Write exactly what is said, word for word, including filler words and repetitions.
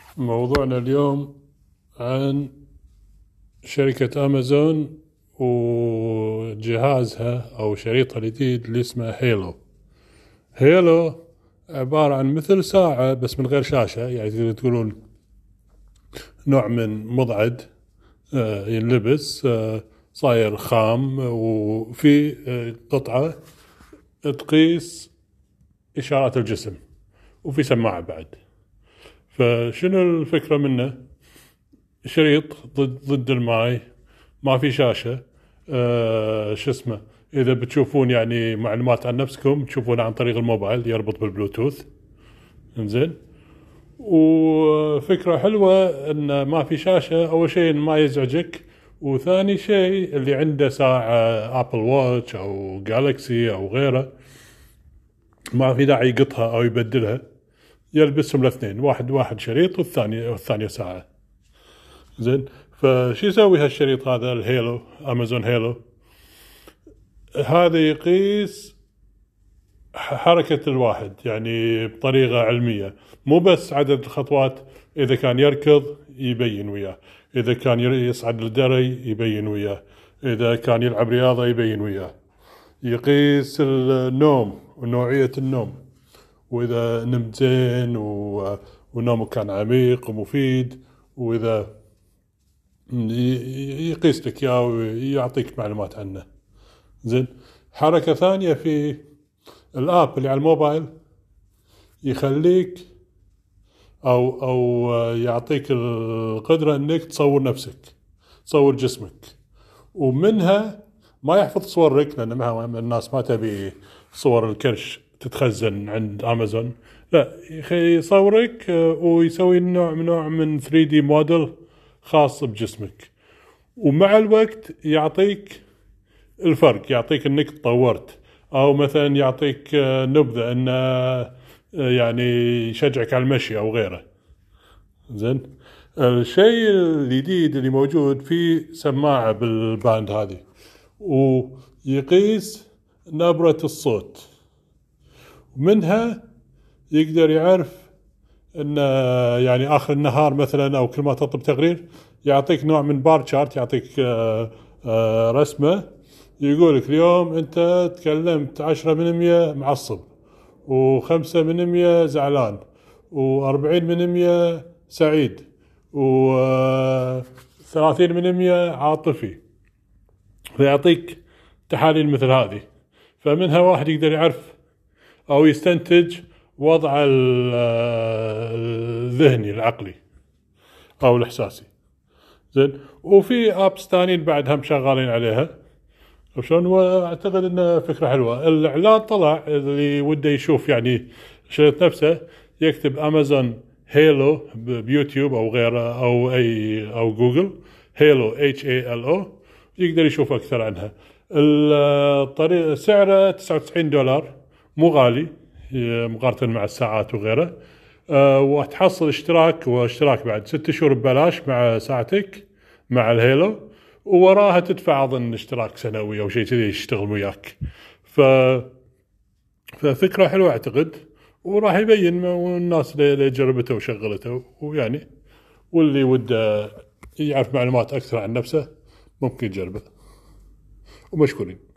موضوعنا اليوم عن شركة أمازون وجهازها أو شريطها الجديد اللي اسمه هيلو. هيلو عبارة عن مثل ساعة بس من غير شاشة، يعني تقدرون تقولون نوع من مضعد آه، ينلبس، آه، صاير خام، وفي آه، قطعة تقيس إشارات الجسم، وفي سماعة بعد. فشنو الفكرة منه؟ شريط ضد ضد الماي، ما في شاشة. آه شو اسمه، إذا بتشوفون يعني معلومات عن نفسكم تشوفونها عن طريق الموبايل، يربط بالبلوتوث. إنزين، وفكرة حلوة إن ما في شاشة. أول شيء ما يزعجك، وثاني شيء اللي عنده ساعة أبل واتش أو جالكسي أو غيره ما في داعي يقطها أو يبدلها، يلبسهم الاثنين، واحد واحد شريط والثاني والثانية ساعة. زين، فشي يسوي هالشريط هذا الهيلو، أمازون هيلو هذا يقيس حركة الواحد يعني بطريقة علمية، مو بس عدد الخطوات. إذا كان يركض يبين وياه، إذا كان يصعد للدري يبين وياه، إذا كان يلعب رياضة يبين وياه. يقيس النوم ونوعية النوم، وإذا نمت زين ونومك كان عميق ومفيد، وإذا يقيس لك إياه ويعطيك معلومات عنه. زين، حركة ثانية في الآب اللي على الموبايل يخليك أو أو يعطيك القدرة إنك تصور نفسك، تصور جسمك، ومنها ما يحفظ صورك، لأن ما الناس ما تبي صور الكرش تتخزن عند أمازون. لا، يصورك ويسوي نوع من نوع من ثري دي موديل خاص بجسمك، ومع الوقت يعطيك الفرق، يعطيك انك تطورت، او مثلا يعطيك نبذة انه يعني يشجعك على المشي او غيره. زين، الشيء الجديد اللي موجود فيه سماعة بالباند هذه، ويقيس نبرة الصوت، ومنها يقدر يعرف ان يعني اخر النهار مثلا او كل ما تطلب تقرير يعطيك نوع من بار شارت، يعطيك رسمة يقول لك اليوم انت تكلمت عشرة من مية معصب، وخمسة من مية زعلان، واربعين من مية سعيد، وثلاثين من مية عاطفي. فيعطيك تحاليل مثل هذه، فمنها واحد يقدر يعرف او يستنتج وضع الذهني العقلي او الاحساسي. زين، وفي ابس ثانيين بعد هم شغالين عليها شلون، واعتقد انه فكره حلوه. الاعلان طلع، اللي وده يشوف يعني الشريط نفسه يكتب امازون هيلو بيوتيوب او غيره او اي او جوجل هيلو اتش اي ال او، يقدر يشوف اكثر عنها. الطريق سعره تسعة وتسعين دولار، مو غالي مقارنه مع الساعات وغيره. أه، وتحصل اشتراك، واشتراك بعد ست شهور ببلاش مع ساعتك مع الهيلو، ووراها تدفع أظن اشتراك سنوي أو شيء كذي يشتغل وياك. ف ففكرة حلوة أعتقد، وراح يبين الناس اللي جربته وشغلته، ويعني واللي وده يعرف معلومات أكثر عن نفسه ممكن يجربه. ومشكورين.